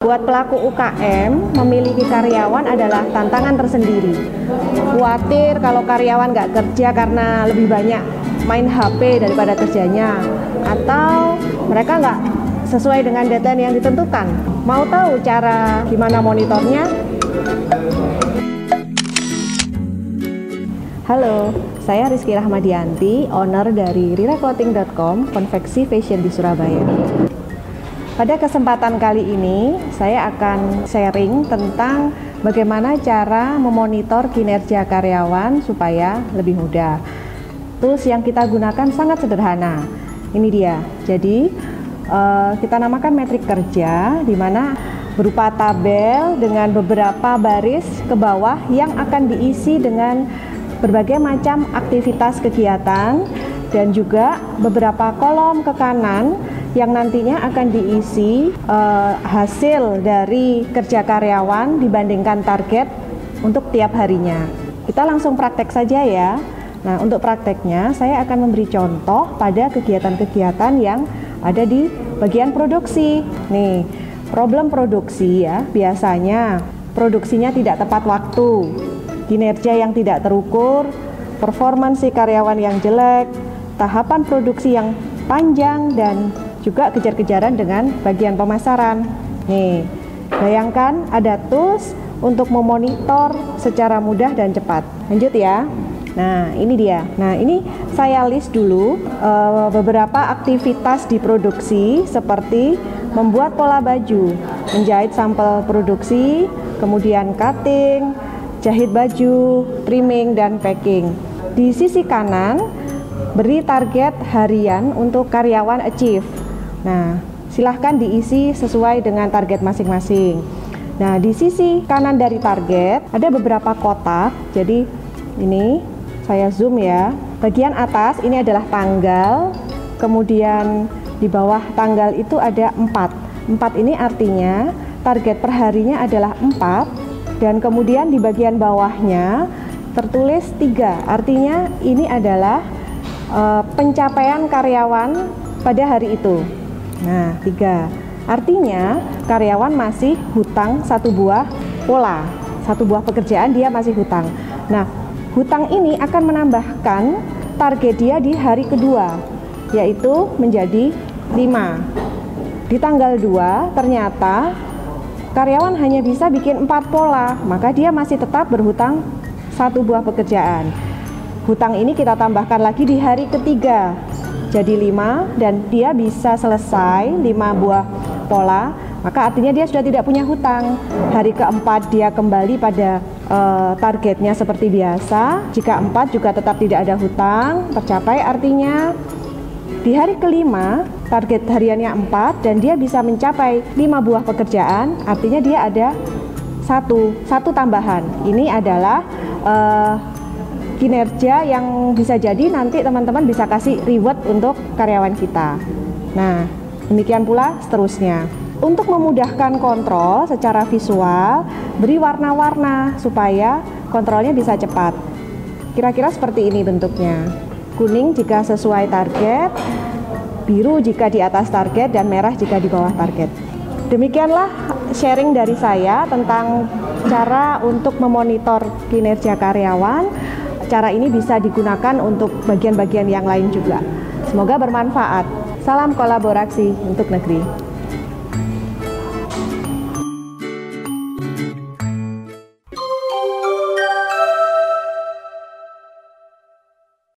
Buat pelaku UKM, memiliki karyawan adalah tantangan tersendiri. Khawatir kalau karyawan nggak kerja karena lebih banyak main HP daripada kerjanya, atau mereka nggak sesuai dengan deadline yang ditentukan. Mau tahu cara gimana monitornya? Halo, saya Rizky Rahmadianti, owner dari rireclothing.com, konveksi fashion di Surabaya. Pada kesempatan kali ini, saya akan sharing tentang bagaimana cara memonitor kinerja karyawan supaya lebih mudah. Tools yang kita gunakan sangat sederhana. Ini dia. Jadi, kita namakan metrik kerja, di mana berupa tabel dengan beberapa baris ke bawah yang akan diisi dengan berbagai macam aktivitas kegiatan, dan juga beberapa kolom ke kanan yang nantinya akan diisi hasil dari kerja karyawan dibandingkan target untuk tiap harinya. Kita langsung praktek saja ya. Nah, untuk prakteknya saya akan memberi contoh pada kegiatan-kegiatan yang ada di bagian produksi. Nih, problem produksi ya, biasanya produksinya tidak tepat waktu, kinerja yang tidak terukur, performansi karyawan yang jelek, tahapan produksi yang panjang, dan juga kejar-kejaran dengan bagian pemasaran. Nih, bayangkan ada tools untuk memonitor secara mudah dan cepat. Lanjut ya. Nah, ini dia. Nah, ini saya list dulu beberapa aktivitas di produksi seperti membuat pola baju, menjahit sampel produksi, kemudian cutting, jahit baju, trimming, dan packing. Di sisi kanan, beri target harian untuk karyawan achieve. Nah, silahkan diisi sesuai dengan target masing-masing. Nah, di sisi kanan dari target ada beberapa kotak. Jadi ini saya zoom ya. Bagian atas ini adalah tanggal, kemudian di bawah tanggal itu ada 4. 4 ini artinya target perharinya adalah 4, dan kemudian di bagian bawahnya tertulis 3. Artinya ini adalah pencapaian karyawan pada hari itu. Nah, 3. Artinya karyawan masih hutang satu buah pola, satu buah pekerjaan dia masih hutang. Nah, hutang ini akan menambahkan target dia di hari kedua, yaitu menjadi 5. Di tanggal 2 ternyata karyawan hanya bisa bikin 4 pola, maka dia masih tetap berhutang satu buah pekerjaan. Hutang ini kita tambahkan lagi di hari ketiga, jadi 5, dan dia bisa selesai 5 buah pola, maka artinya dia sudah tidak punya hutang. Hari keempat dia kembali pada targetnya seperti biasa. Jika 4 juga tetap tidak ada hutang, tercapai, artinya di hari kelima target hariannya 4 dan dia bisa mencapai 5 buah pekerjaan, artinya dia ada satu tambahan. Ini adalah kinerja yang bisa jadi nanti teman-teman bisa kasih reward untuk karyawan kita. Nah, demikian pula seterusnya. Untuk memudahkan kontrol secara visual, beri warna-warna supaya kontrolnya bisa cepat. Kira-kira seperti ini bentuknya. Kuning jika sesuai target, biru jika di atas target, dan merah jika di bawah target. Demikianlah sharing dari saya tentang cara untuk memonitor kinerja karyawan. Cara ini bisa digunakan untuk bagian-bagian yang lain juga. Semoga bermanfaat. Salam kolaborasi untuk negeri.